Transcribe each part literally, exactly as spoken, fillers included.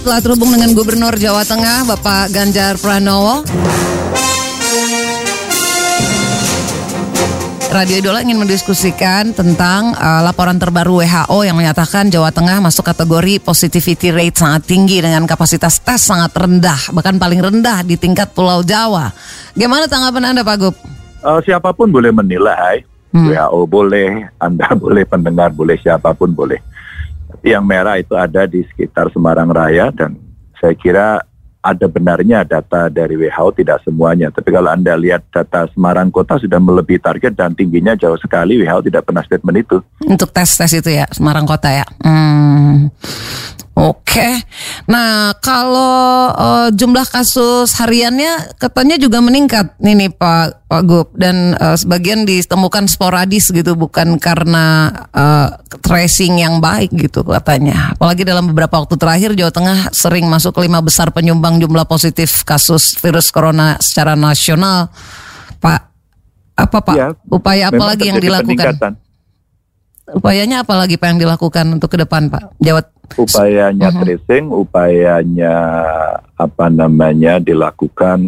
telah terhubung dengan Gubernur Jawa Tengah, Bapak Ganjar Pranowo. Radio Idola ingin mendiskusikan tentang uh, laporan terbaru W H O yang menyatakan Jawa Tengah masuk kategori positivity rate sangat tinggi dengan kapasitas tes sangat rendah, bahkan paling rendah di tingkat Pulau Jawa. Gimana tanggapan Anda, Pak Gub? Uh, siapapun boleh menilai, hmm. W H O boleh, Anda boleh, pendengar boleh, siapapun boleh. Tapi yang merah itu ada di sekitar Semarang Raya dan saya kira ada benarnya data dari W H O, tidak semuanya. Tapi kalau Anda lihat data Semarang Kota sudah melebihi target dan tingginya jauh sekali, W H O tidak pernah statement itu. Untuk tes-tes itu ya, Semarang Kota ya. Hmm. Oke, okay. Nah kalau uh, jumlah kasus hariannya katanya juga meningkat nih nih Pak Pak Gub, dan uh, sebagian ditemukan sporadis gitu, bukan karena uh, tracing yang baik gitu katanya. Apalagi dalam beberapa waktu terakhir Jawa Tengah sering masuk ke lima besar penyumbang jumlah positif kasus virus corona secara nasional. Pak, apa Pak? Ya, upaya apa lagi yang dilakukan? Peningkatan. Upayanya apa lagi Pak yang dilakukan untuk ke depan Pak? Jawa Upayanya uh-huh. tracing, upayanya apa namanya dilakukan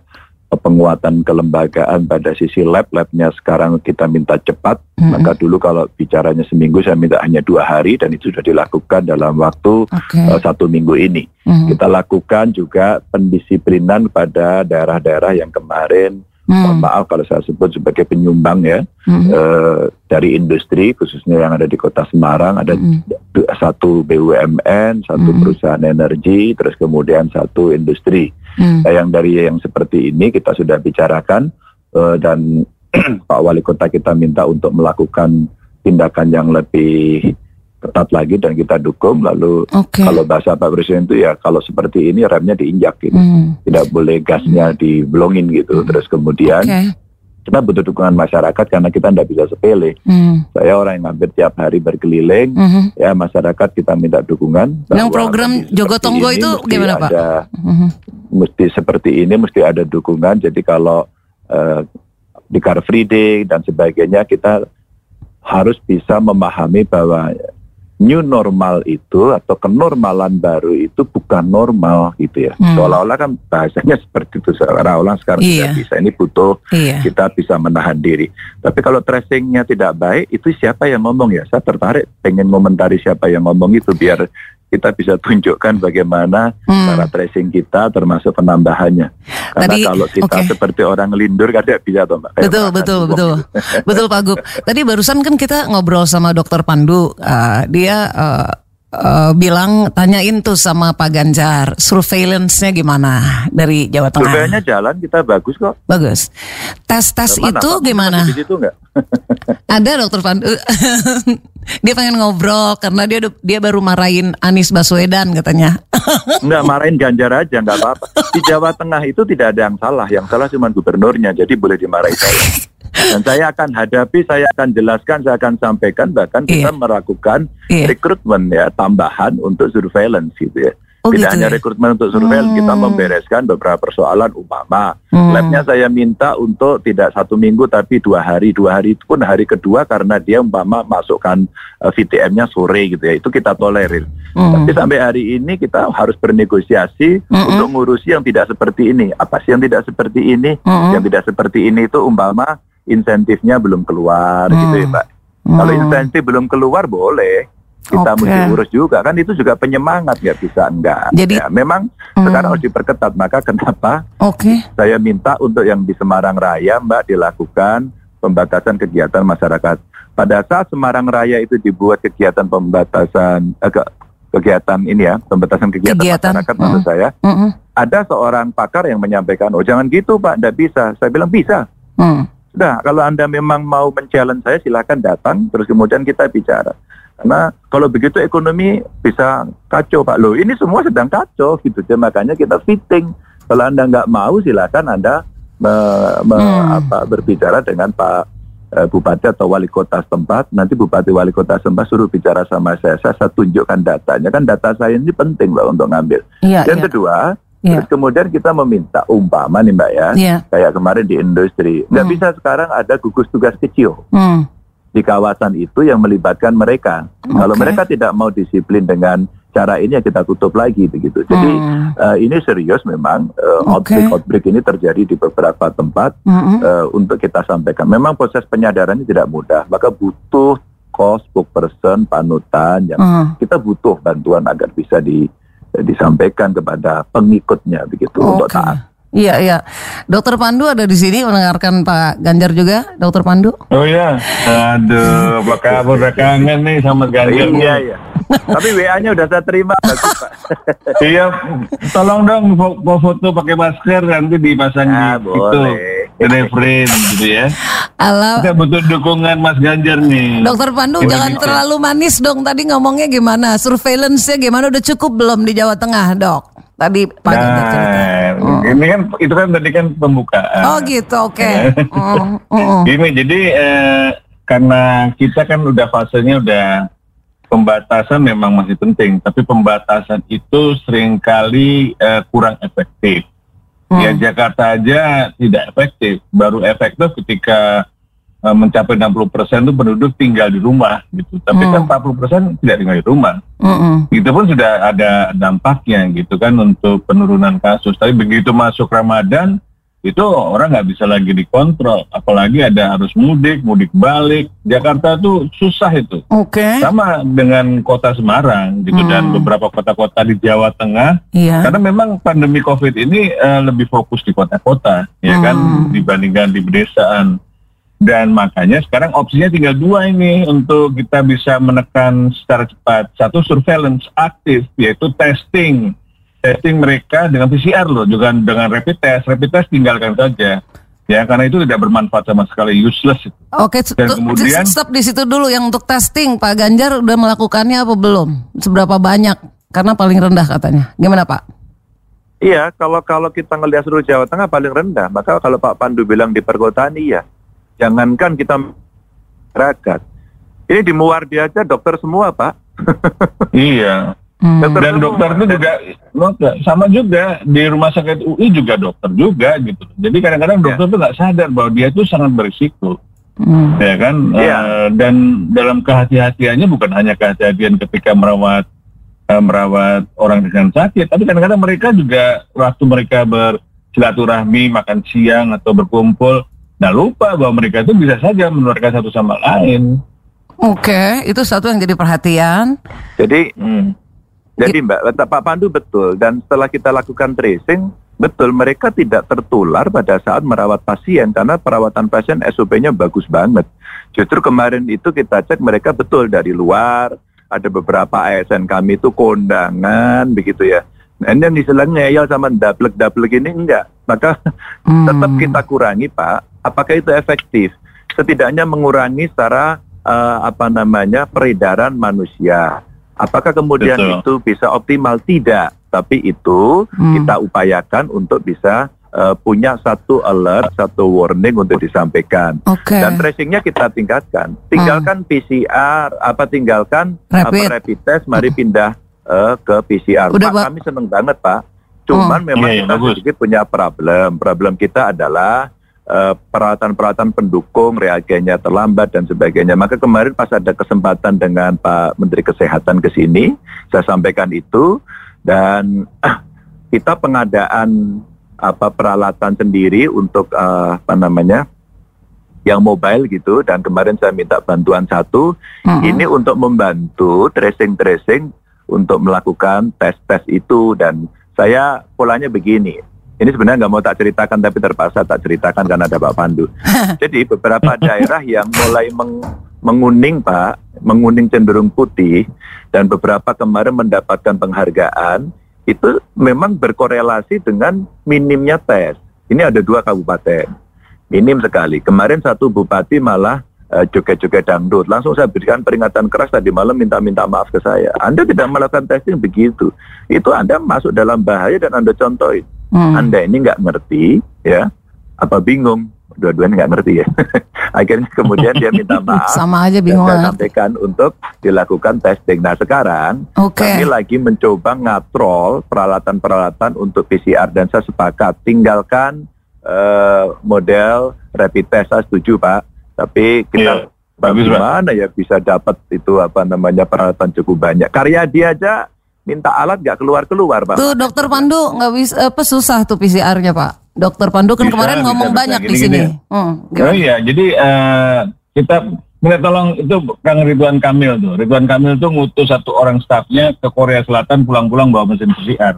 penguatan kelembagaan pada sisi lab. Labnya sekarang kita minta cepat, uh-huh. maka dulu kalau bicaranya seminggu saya minta hanya dua hari dan itu sudah dilakukan dalam waktu okay. uh, satu minggu ini. Uh-huh. Kita lakukan juga pendisiplinan pada daerah-daerah yang kemarin Hmm. mohon maaf kalau saya sebut sebagai penyumbang ya, hmm. uh, dari industri khususnya yang ada di Kota Semarang. Ada hmm. satu B U M N, satu hmm. perusahaan energi, terus kemudian satu industri. hmm. Nah, yang dari yang seperti ini kita sudah bicarakan, uh, dan Pak Wali Kota kita minta untuk melakukan tindakan yang lebih ketat lagi dan kita dukung. Lalu okay. kalau bahasa Pak Presiden itu ya kalau seperti ini remnya diinjak gitu, hmm. tidak boleh gasnya diblongin gitu. Terus kemudian okay. kita butuh dukungan masyarakat karena kita tidak bisa sepele. hmm. Saya orang yang hampir tiap hari berkeliling, hmm. ya masyarakat kita minta dukungan. Yang program Jogotongo itu gimana Pak? Ada, hmm. mesti seperti ini, mesti ada dukungan. Jadi kalau uh, di Car Free Day dan sebagainya kita harus bisa memahami bahwa new normal itu atau kenormalan baru itu bukan normal gitu ya. Hmm. Seolah-olah kan bahasanya seperti itu, seolah-olah sekarang iya. tidak bisa. Ini butuh iya. kita bisa menahan diri. Tapi kalau tracingnya tidak baik, itu siapa yang ngomong ya? Saya tertarik pengen komentari siapa yang ngomong itu biar kita bisa tunjukkan bagaimana hmm. cara tracing kita termasuk penambahannya. Karena Tadi, kalau kita okay. seperti orang ngelindur kan tidak bisa toh Mbak. Betul, betul, betul. Betul Pak Gub. Tadi barusan kan kita ngobrol sama Dokter Pandu. Uh, dia uh, uh, bilang tanyain tuh sama Pak Ganjar, surveillance-nya gimana dari Jawa Tengah? Surveillance-nya jalan, kita bagus kok. Bagus. Tes-tes itu Kamu gimana? Di situ enggak? Ada Dokter Pandu. Dia pengen ngobrol karena dia dia baru marahin Anies Baswedan katanya. Enggak, marahin Ganjar aja, enggak apa-apa. Di Jawa Tengah itu tidak ada yang salah, yang salah cuma gubernurnya, jadi boleh dimarahi saya. Dan saya akan hadapi, saya akan jelaskan, saya akan sampaikan, bahkan kita yeah. melakukan yeah. rekrutmen ya, tambahan untuk surveillance gitu ya. Oh, tidak gitu hanya ya? Rekrutmen untuk surveillance, hmm. kita membereskan beberapa persoalan umpama. Hmm. Labnya saya minta untuk tidak satu minggu tapi dua hari. Dua hari itu pun hari kedua karena dia umpama masukkan uh, V T M-nya sore gitu ya. Itu kita tolerir. Hmm. Tapi sampai hari ini kita harus bernegosiasi hmm. untuk ngurusi yang tidak seperti ini. Apa sih yang tidak seperti ini? Hmm. Yang tidak seperti ini itu umpama insentifnya belum keluar hmm. gitu ya Pak. Hmm. Kalau insentif belum keluar boleh. Kita okay. mesti urus juga kan, itu juga penyemangat, nggak bisa enggak. Jadi ya, memang hmm. sekarang harus diperketat. Maka kenapa okay. saya minta untuk yang di Semarang Raya Mbak dilakukan pembatasan kegiatan masyarakat. Pada saat Semarang Raya itu dibuat kegiatan pembatasan eh, ke, kegiatan ini ya, pembatasan kegiatan, kegiatan. masyarakat maksud hmm. saya. Hmm. Ada seorang pakar yang menyampaikan, oh jangan gitu Pak, nggak bisa. Saya bilang bisa. Hmm. Sudah, kalau Anda memang mau men-challenge saya silakan datang, terus kemudian kita bicara. Karena kalau begitu ekonomi bisa kacau Pak. Loh ini semua sedang kacau gitu. Jadi, makanya kita fitting. Kalau Anda nggak mau silakan Anda me, me, hmm. apa, berbicara dengan Pak e, Bupati atau Wali Kota setempat. Nanti Bupati Wali Kota setempat suruh bicara sama saya. Saya, saya tunjukkan datanya. Kan data saya ini penting Mbak untuk ngambil. Ya, Yang ya. kedua, ya. terus kemudian kita meminta umpama nih Mbak ya. ya. Kayak kemarin di industri. Nggak hmm. bisa sekarang ada gugus tugas kecil. Hmm. di kawasan itu yang melibatkan mereka. Okay. Kalau mereka tidak mau disiplin dengan cara ini ya kita tutup lagi begitu. Jadi hmm. uh, ini serius memang uh, okay. outbreak outbreak ini terjadi di beberapa tempat hmm. uh, untuk kita sampaikan. Memang proses penyadaran ini tidak mudah, maka butuh cost, spokesperson, panutan yang hmm. kita butuh bantuan agar bisa di, disampaikan kepada pengikutnya begitu okay. untuk taat. Iya, iya. Dokter Pandu ada di sini mendengarkan Pak Ganjar juga, Dokter Pandu. Oh iya, aduh, apa kabar? Udah kangen nih sama Ganjar. Iya, iya. Tapi W A-nya udah saya terima, bagus Pak. Iya, tolong dong foto pakai masker nanti dipasang ah, di itu, refrain gitu ya. Alam. Kita butuh dukungan Mas Ganjar nih. Dokter Pandu, Indonesia. Jangan terlalu manis dong. Tadi ngomongnya gimana? Surveillance-nya gimana? Udah cukup belum di Jawa Tengah, Dok? Tadi Pak nah, Ganjar cerita. Oh. Ini kan itu kan tadi kan pembukaan. Oh gitu, oke. Okay. mm, mm. Gini, jadi eh, karena kita kan udah fasenya udah pembatasan memang masih penting, tapi pembatasan itu seringkali eh, kurang efektif. Mm. Ya Jakarta aja tidak efektif, baru efektif ketika uh, mencapai enam puluh persen itu penduduk tinggal di rumah gitu. Tapi mm. kan empat puluh persen tidak tinggal di rumah. Mm-mm. Itu pun sudah ada dampaknya gitu kan untuk penurunan kasus. Tapi begitu masuk Ramadan itu orang nggak bisa lagi dikontrol, apalagi ada harus mudik, mudik balik. Jakarta tuh susah itu. Oke. Okay. Sama dengan kota Semarang gitu hmm. dan beberapa kota-kota di Jawa Tengah. Iya. Karena memang pandemi COVID ini uh, lebih fokus di kota-kota, ya hmm. kan, dibandingkan di pedesaan. Dan makanya sekarang opsinya tinggal dua ini untuk kita bisa menekan secara cepat. Satu, surveillance aktif, yaitu testing. Testing mereka dengan P C R loh, juga dengan rapid test. Rapid test tinggalkan saja, ya karena itu tidak bermanfaat sama sekali, useless. Oke, dan kemudian stop di situ dulu. Yang untuk testing, Pak Ganjar udah melakukannya apa belum? Seberapa banyak? Karena paling rendah katanya. Gimana Pak? Iya, kalau kalau kita ngelihat seluruh Jawa Tengah paling rendah. Maka kalau Pak Pandu bilang di perkotaan, iya. Jangankan kita masyarakat, ini di Muardi aja dokter semua Pak. Iya. Hmm. Dan dokter itu juga dokter, sama juga di rumah sakit U I juga dokter juga gitu. Jadi kadang-kadang dokter itu ya. nggak sadar bahwa dia itu sangat berisiko, hmm. ya kan. Ya. Uh, dan dalam kehati-hatiannya bukan hanya kehati-hatian ketika merawat uh, merawat orang dengan sakit, tapi kadang-kadang mereka juga waktu mereka bersilaturahmi, makan siang atau berkumpul, nah lupa bahwa mereka itu bisa saja menularkan satu sama lain. Oke, itu satu yang jadi perhatian. Jadi. Hmm. Jadi Mbak, Pak Pandu betul, dan setelah kita lakukan tracing, betul mereka tidak tertular pada saat merawat pasien, karena perawatan pasien S O P-nya bagus banget. Justru kemarin itu kita cek mereka betul dari luar, ada beberapa A S N kami itu kondangan begitu ya. Nah, ini yang diselang ngeyel sama dablek-dablek ini enggak. Maka hmm. tetap kita kurangi Pak, apakah itu efektif? Setidaknya mengurangi secara uh, apa namanya peredaran manusia. Apakah kemudian Betul. itu bisa optimal? Tidak, tapi itu hmm. kita upayakan untuk bisa uh, punya satu alert, satu warning untuk disampaikan. Okay. Dan tracingnya kita tingkatkan. Tinggalkan hmm. P C R, apa tinggalkan rapid, apa, rapid test, mari pindah uh, ke P C R. Udah, Pak, Pak, kami seneng banget Pak. Cuman hmm. memang yeah, kita yeah, sedikit punya problem. Problem kita adalah Uh, peralatan-peralatan pendukung, reagennya terlambat dan sebagainya. Maka kemarin pas ada kesempatan dengan Pak Menteri Kesehatan ke sini, saya sampaikan itu, dan uh, kita pengadaan apa peralatan sendiri untuk uh, apa namanya yang mobile gitu, dan kemarin saya minta bantuan satu, mm-hmm. ini untuk membantu tracing-tracing untuk melakukan tes-tes itu. Dan saya polanya begini. Ini sebenarnya nggak mau tak ceritakan, tapi terpaksa tak ceritakan karena ada Pak Pandu. Jadi beberapa daerah yang mulai meng, menguning Pak, menguning cenderung putih, dan beberapa kemarin mendapatkan penghargaan, itu memang berkorelasi dengan minimnya tes. Ini ada dua kabupaten, minim sekali. Kemarin satu bupati malah uh, joget-joget dangdut. Langsung saya berikan peringatan keras tadi malam, minta-minta maaf ke saya. Anda tidak melakukan testing begitu, itu Anda masuk dalam bahaya dan Anda contohin. Hmm. Anda ini nggak ngerti, ya, apa bingung? Dua-duanya nggak ngerti ya. Akhirnya kemudian dia minta maaf. Sama aja bingung. Dan saya sampaikan untuk dilakukan testing. Nah sekarang okay. kami lagi mencoba ngatrol peralatan-peralatan untuk P C R, dan saya sepakat tinggalkan uh, model rapid test. Saya setuju Pak. Tapi kita yeah. bagaimana ya bisa dapat itu apa namanya peralatan cukup banyak. Karyadi aja minta alat nggak keluar-keluar Pak. Tuh Dokter Pandu nggak bisa apa susah tuh P C R-nya Pak. Dokter Pandu kan Bisa, kemarin bisa, ngomong bisa. banyak Gini, di sini. gini. Hmm, Oh gimana? iya, jadi uh, kita minta tolong itu Kang Ridwan Kamil tuh. Ridwan Kamil tuh ngutus satu orang stafnya ke Korea Selatan pulang-pulang bawa mesin P C R.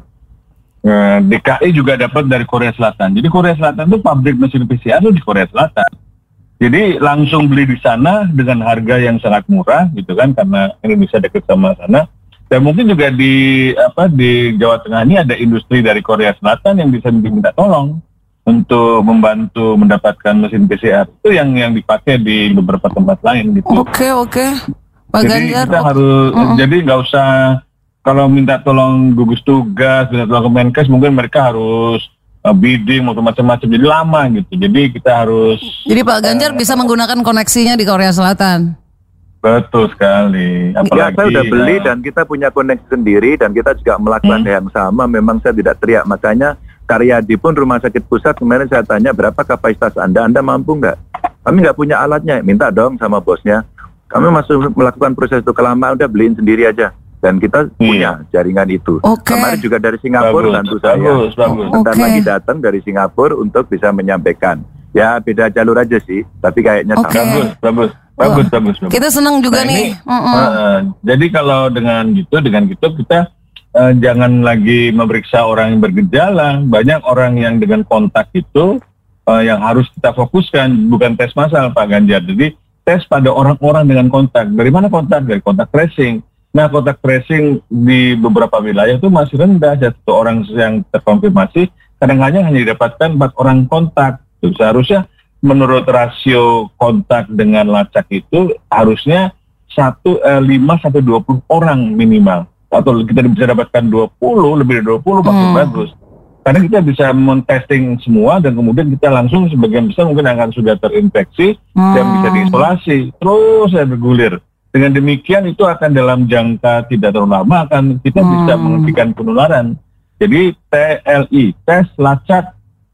Uh, D K I juga dapat dari Korea Selatan. Jadi Korea Selatan tuh pabrik mesin P C R tuh di Korea Selatan. Jadi langsung beli di sana dengan harga yang sangat murah gitu kan, karena Indonesia dekat sama sana. Dan mungkin juga di apa di Jawa Tengah ini ada industri dari Korea Selatan yang bisa diminta tolong untuk membantu mendapatkan mesin P C R. Itu yang yang dipakai di beberapa tempat lain gitu. Oke oke, Pak Jadi Ganjar. kita oh, harus Mm-mm. jadi nggak usah kalau minta tolong gugus tugas, minta tolong ke Menkes, mungkin mereka harus uh, bidding atau macam-macam, jadi lama gitu. Jadi kita harus Jadi Pak Ganjar bisa menggunakan koneksinya di Korea Selatan. betul sekali. Ya, Apalagi saya udah beli uh, dan kita punya koneksi sendiri dan kita juga melakukan Hmm. yang sama. Memang saya tidak teriak, makanya Karyadi pun rumah sakit pusat kemarin saya tanya berapa kapasitas Anda, Anda mampu nggak? Kami nggak punya alatnya, minta dong sama bosnya. Kami masih melakukan proses itu kelamaan, udah beliin sendiri aja. Dan kita punya jaringan itu. Oke. Kemarin juga dari Singapura bagus, bantu saya. bagus, bagus. Bentar Oke. lagi datang dari Singapura untuk bisa menyampaikan. Ya beda jalur aja sih, tapi kayaknya Oke. sama. Bagus, bagus, bagus, bagus, bagus. Kita senang juga Nah, nih. ini, Mm-mm. uh, jadi kalau dengan gitu, dengan gitu kita uh, jangan lagi memeriksa orang yang bergejala. Banyak orang yang dengan kontak itu uh, yang harus kita fokuskan, bukan tes massal Pak Ganjar. Jadi tes pada orang-orang dengan kontak. Dari mana kontak? Dari kontak tracing. Nah, kontak tracing di beberapa wilayah itu masih rendah. Satu orang yang terkonfirmasi kadang-kadang hanya didapatkan empat orang kontak. Tuh, seharusnya menurut rasio kontak dengan lacak itu harusnya satu eh, lima sampai dua puluh orang minimal, atau kita bisa dapatkan dua puluh, lebih dari dua puluh makin Hmm. bagus, karena kita bisa men-testing semua dan kemudian kita langsung sebagian besar mungkin akan sudah terinfeksi dan Hmm. bisa diisolasi terus saya bergulir. Dengan demikian itu akan dalam jangka tidak terlalu lama akan kita Hmm. bisa menghentikan penularan. Jadi T L I, tes lacak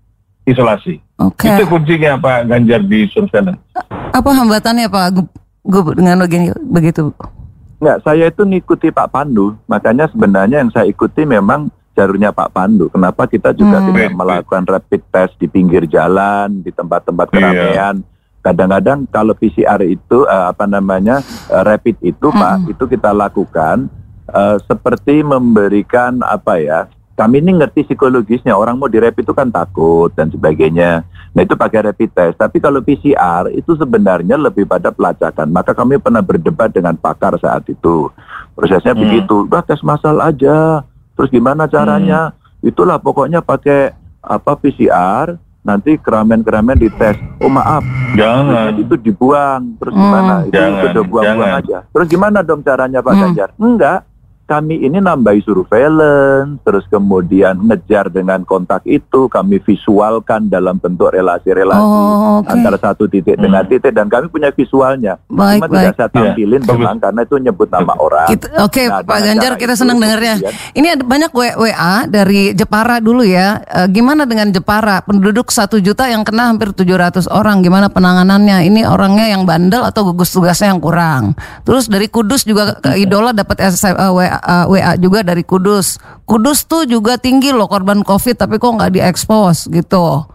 isolasi. Oke. Itu kuncinya Pak Ganjar di surveillance. Apa hambatannya Pak Gub, Gub dengan begini begitu? Enggak, saya itu ngikuti Pak Pandu. Makanya sebenarnya yang saya ikuti memang jalurnya Pak Pandu. Kenapa kita juga Hmm. tidak melakukan rapid test di pinggir jalan, di tempat-tempat Iya. keramaian. Kadang-kadang kalau P C R itu eh, apa namanya eh, rapid itu Hmm. Pak, itu kita lakukan eh, seperti memberikan apa ya? Kami ini ngerti psikologisnya, orang mau dirapid itu kan takut dan sebagainya. Nah itu pakai rapid test. Tapi kalau P C R itu sebenarnya lebih pada pelacakan. Maka kami pernah berdebat dengan pakar saat itu. Prosesnya Hmm. begitu, udah tes massal aja. Terus gimana caranya? Itulah pokoknya pakai apa P C R. Nanti keramaian-keramaian dites. Oh maaf, Jangan. itu dibuang. Terus Hmm. gimana? Itu Jangan, udah buang-buang jangan. aja. Terus gimana dong caranya Pak Hmm. Ganjar? Enggak. Kami ini nambahi surveillance, terus kemudian ngejar dengan kontak itu, kami visualkan dalam bentuk relasi-relasi Oh, oke. antara satu titik Hmm. dengan titik, dan kami punya visualnya. Baik, Cuma baik. tidak saya tampilin Iya, memang karena itu nyebut nama orang. Kita- Oke Nah, Pak dengan Ganjar cara kita itu, senang dengarnya. kemudian- Ini ada banyak W A dari Jepara dulu ya. Eh, gimana dengan Jepara? Penduduk satu juta yang kena hampir tujuh ratus orang. Gimana penanganannya? Ini orangnya yang bandel atau gugus tugasnya yang kurang? Terus dari Kudus juga ke Idola dapat S M, eh, W A, W A juga dari Kudus. Kudus tuh juga tinggi loh korban COVID tapi kok nggak diekspos gitu.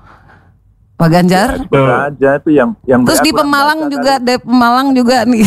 Pak Ganjar? Betul aja itu yang yang Terus W A di kurang Pemalang baca juga, kali. di Pemalang juga nih.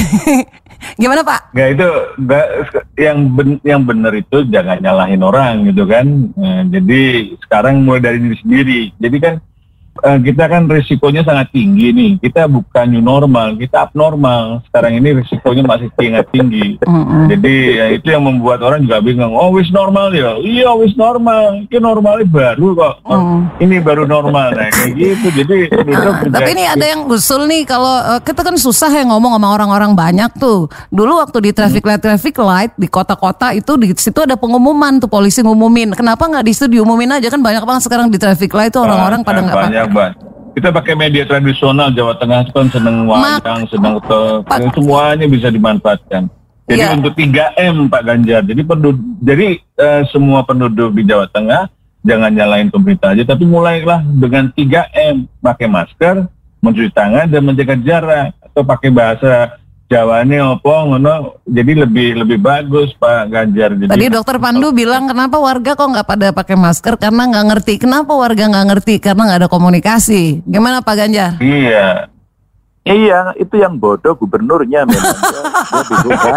Gimana Pak? Nggak itu nggak, yang ben, yang benar itu jangan nyalahin orang gitu kan. Nah, jadi sekarang mulai dari diri sendiri. Jadi kan eh, kita kan risikonya sangat tinggi nih. Kita bukan new normal, kita abnormal. Sekarang ini risikonya masih sangat tinggi. Mm-mm. Jadi ya, itu yang membuat orang juga bingung. Oh wis normal ya, iya wis normal. Ini normalnya baru kok. Mm. Ini baru normal, nah kayak gitu. Jadi itu Tapi ini ada yang usul nih kalau uh, kita kan susah ya ngomong sama orang-orang banyak tuh. Dulu waktu di traffic light traffic light di kota-kota itu di situ ada pengumuman tuh polisi ngumumin. Kenapa nggak di situ diumumin aja kan banyak banget sekarang di traffic light tuh orang-orang pada nggak banyak banget. Kita pakai media tradisional Jawa Tengah kan seneng wayang, seneng te- Pak- semuanya bisa dimanfaatkan. Jadi Iya. untuk tiga M Pak Ganjar. Jadi penduduk, jadi eh, semua penduduk di Jawa Tengah jangan nyalain pemerintah aja, tapi mulailah dengan tiga M, pakai masker, mencuci tangan dan menjaga jarak, atau pakai bahasa Jawane opo ngono, jadi lebih lebih bagus Pak Ganjar. Jadi, tadi Dokter Pandu bilang kenapa warga kok nggak pada pakai masker karena nggak ngerti. Kenapa warga nggak ngerti? Karena nggak ada komunikasi. Gimana Pak Ganjar? Iya. Iya, itu yang bodoh gubernurnya memang. Dia dibuka.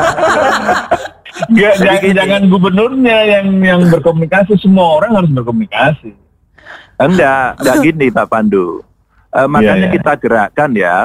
Nggak, jangan, jangan gubernurnya yang yang berkomunikasi, semua orang harus berkomunikasi. Enggak, enggak gini Pak Pandu. Uh, makanya yeah, yeah. kita gerakkan ya.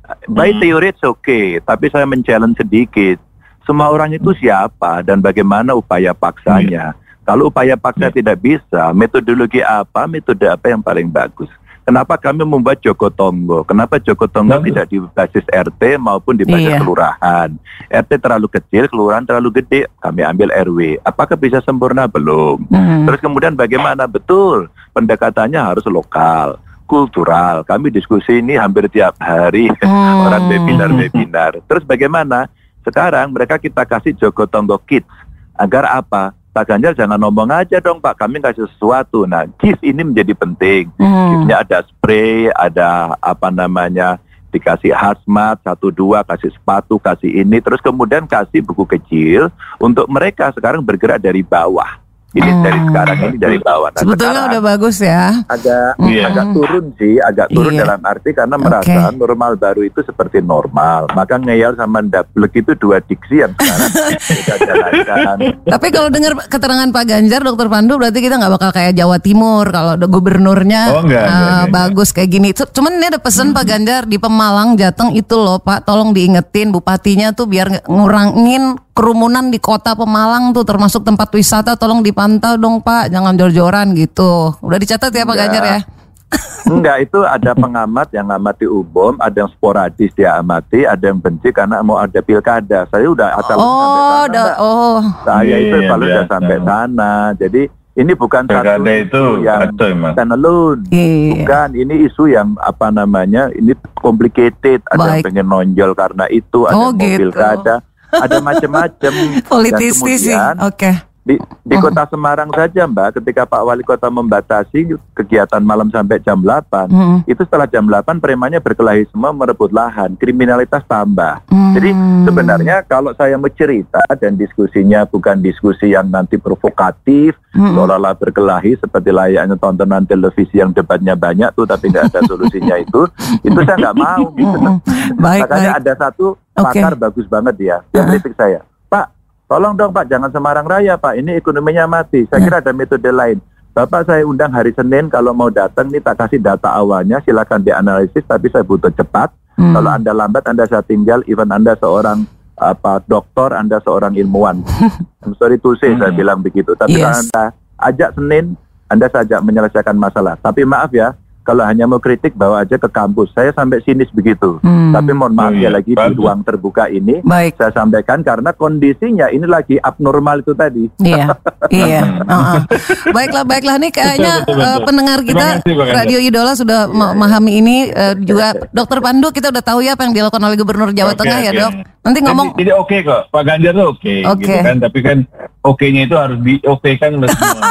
By Hmm. theory it's okay, tapi saya men-challenge sedikit. Semua orang itu siapa dan bagaimana upaya paksanya? Kalau upaya paksa Yeah. tidak bisa, metodologi apa, metode apa yang paling bagus? Kenapa kami membuat Joko Tonggo? Kenapa Joko Tonggo Bagus. tidak di basis R T maupun di basis Iya. kelurahan? R T terlalu kecil, kelurahan terlalu gede, kami ambil R W. Apakah bisa sempurna? Belum. Hmm. Terus kemudian bagaimana? Betul, pendekatannya harus lokal, kultural. Kami diskusi ini hampir tiap hari, Hmm. orang webinar-webinar. Terus bagaimana? Sekarang mereka kita kasih Joko Tonggo Kids. Agar apa? Pak Ganjar jangan ngomong aja dong Pak, kami kasih sesuatu. Nah, gift ini menjadi penting. Hmm. Giftnya ada spray, ada apa namanya, dikasih hazmat, satu dua, kasih sepatu, kasih ini. Terus kemudian kasih buku kecil untuk mereka sekarang bergerak dari bawah. Ini Hmm. dari sekarang ini dari bawah. Nah, Sebetulnya sekarang udah bagus ya. agak Iya. agak turun sih, agak turun Iya. dalam arti karena Oke. merasa normal baru itu seperti normal. Maka ngeyel sama ndablek itu dua diksi yang sekarang kita jalankan. Tapi kalau dengar keterangan Pak Ganjar, Dokter Pandu, berarti kita nggak bakal kayak Jawa Timur kalau ada gubernurnya Oh, enggak, eh, enggak, enggak. bagus kayak gini. C- Cuman ini ada pesan Pak Ganjar di Pemalang, Jateng itu loh Pak, tolong diingetin bupatinya tuh biar nge- ngurangin kerumunan di kota Pemalang tuh, termasuk tempat wisata, tolong dipantau dong Pak, jangan jor-joran gitu. Udah dicatat ya Pak Enggak. Ganjar ya? Enggak, itu ada pengamat yang ngamati umum, ada yang sporadis dia amati, ada yang benci karena mau ada pilkada. Saya udah asal sampai Oh, sana. udah, Mbak. oh, Saya itu Iya, kalau udah biasa. sampai sana. Jadi ini bukan satu Pilkada itu isu yang kacau, emang. stand alone. Iya. Bukan, ini isu yang apa namanya, ini complicated. Ada yang Baik. pengen nonjol karena itu, ada Oh, yang mau gitu. pilkada, ada macam-macam. politisi sih. Oke. Di, di kota Semarang saja Mbak, ketika Pak Wali Kota membatasi kegiatan malam sampai jam delapan, Hmm. itu setelah jam delapan premannya berkelahi semua merebut lahan, kriminalitas tambah. Hmm. Jadi sebenarnya kalau saya mau cerita dan diskusinya bukan diskusi yang nanti provokatif, Hmm. seolah-olah berkelahi seperti layaknya tontonan televisi yang debatnya banyak tuh tapi nggak ada solusinya itu, itu saya nggak mau. Gitu. Baik, Makanya baik. ada satu Oke. pakar bagus banget dia, yang kritik saya. Pak, tolong dong Pak, jangan Semarang Raya Pak, ini ekonominya mati. Saya kira ada metode lain. Bapak saya undang hari Senin, kalau mau datang nih tak kasih data awalnya, silakan dianalisis, tapi saya butuh cepat. Hmm. Kalau Anda lambat, Anda saya tinggal, even Anda seorang apa doktor, Anda seorang ilmuwan. I'm sorry to say, saya bilang begitu. Tapi Yes. kalau Anda ajak Senin, Anda saja menyelesaikan masalah. Tapi maaf ya, kalau hanya mau kritik bawa aja ke kampus. Saya sampai sinis begitu. Hmm. Tapi mohon maaf Oh, ya iya. lagi di Bagus. ruang terbuka ini Baik. saya sampaikan karena kondisinya ini lagi abnormal itu tadi. Iya, iya. Uh-uh. Baiklah, baiklah nih kayaknya Betul, betul, eh, betul. pendengar kita Terima kasih, Pak Ganjar. Radio Idola sudah memahami ini eh, juga Dokter Pandu kita udah tahu ya apa yang dilakukan oleh Gubernur Jawa Oke, Tengah ya oke. Dok. Nanti ngomong Jadi, jadi oke kok, Pak Ganjar tuh oke, Oke. gitu kan. Tapi kan oke-nya itu harus di oke kan udah semua.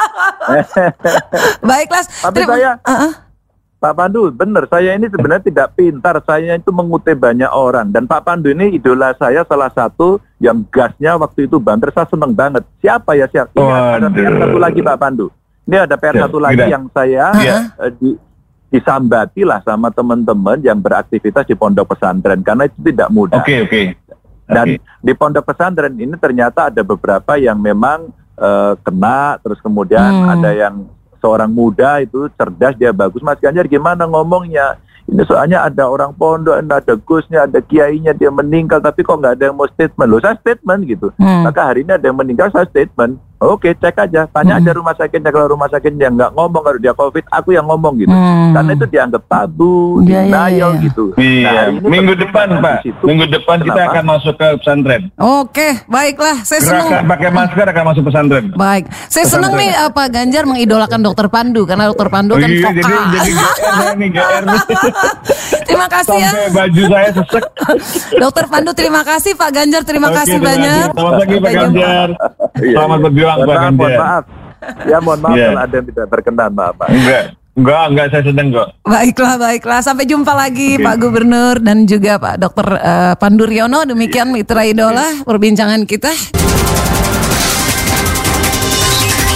baiklah. Tapi terima- saya- Uh-uh. Pak Pandu, benar, saya ini sebenarnya tidak pintar, saya itu mengutip banyak orang. Dan Pak Pandu ini idola saya salah satu yang gasnya waktu itu banter, saya seneng banget. Siapa ya siapa? Ini ada P R Waduh. satu lagi Pak Pandu. Ini ada P R Ya, satu lagi tidak. yang saya Iya. eh, di, disambati lah sama teman-teman yang beraktivitas di pondok pesantren. Karena itu tidak mudah. Oke, oke. Dan Oke. di pondok pesantren ini ternyata ada beberapa yang memang eh, kena, terus kemudian Hmm. ada yang seorang muda itu cerdas, dia bagus. Mas Ganjar gimana ngomongnya? Ini soalnya ada orang pondok, ada gusnya, ada kiainya, dia meninggal, tapi kok nggak ada yang mau statement? Loh, saya statement gitu. Hmm. Maka hari ini ada yang meninggal, saya statement. Oke, cek aja, tanya Hmm. aja rumah sakitnya. Kalau rumah sakitnya nggak ngomong, kalau dia COVID, aku yang ngomong gitu. Hmm. Karena itu dianggap tabu, Iya, iya, denial iya. gitu. Nah, Iya, hari ini minggu penting depan banget Pak, di situ. minggu depan kita Kenapa? akan masuk ke pesantren. Oke, baiklah. Saya senang. Gerakan pakai masker akan masuk pesantren. Baik, saya senang nih apa Ganjar mengidolakan Dokter Pandu karena Dokter Pandu kan Iya, vokal. jadi jadi G R saya nih G R nih. Terima kasih ya, Sampai baju saya sesek. Dokter Pandu. Terima kasih Pak Ganjar. Terima Oke, kasih terima banyak. kasih. Selamat pagi Pak Sampai jumpa. Ganjar. Iya, Selamat iya. berjuang Mohon Pak maaf, mohon Ganjar. maaf. Ya mohon maaf Iya. kalau ada yang tidak berkenan, maaf Pak. Enggak. Enggak, enggak, saya sedang kok. Baiklah, baiklah. Sampai jumpa lagi Oke. Pak Gubernur dan juga Pak Dokter uh, Panduryono. Demikian Mitra Idola perbincangan kita.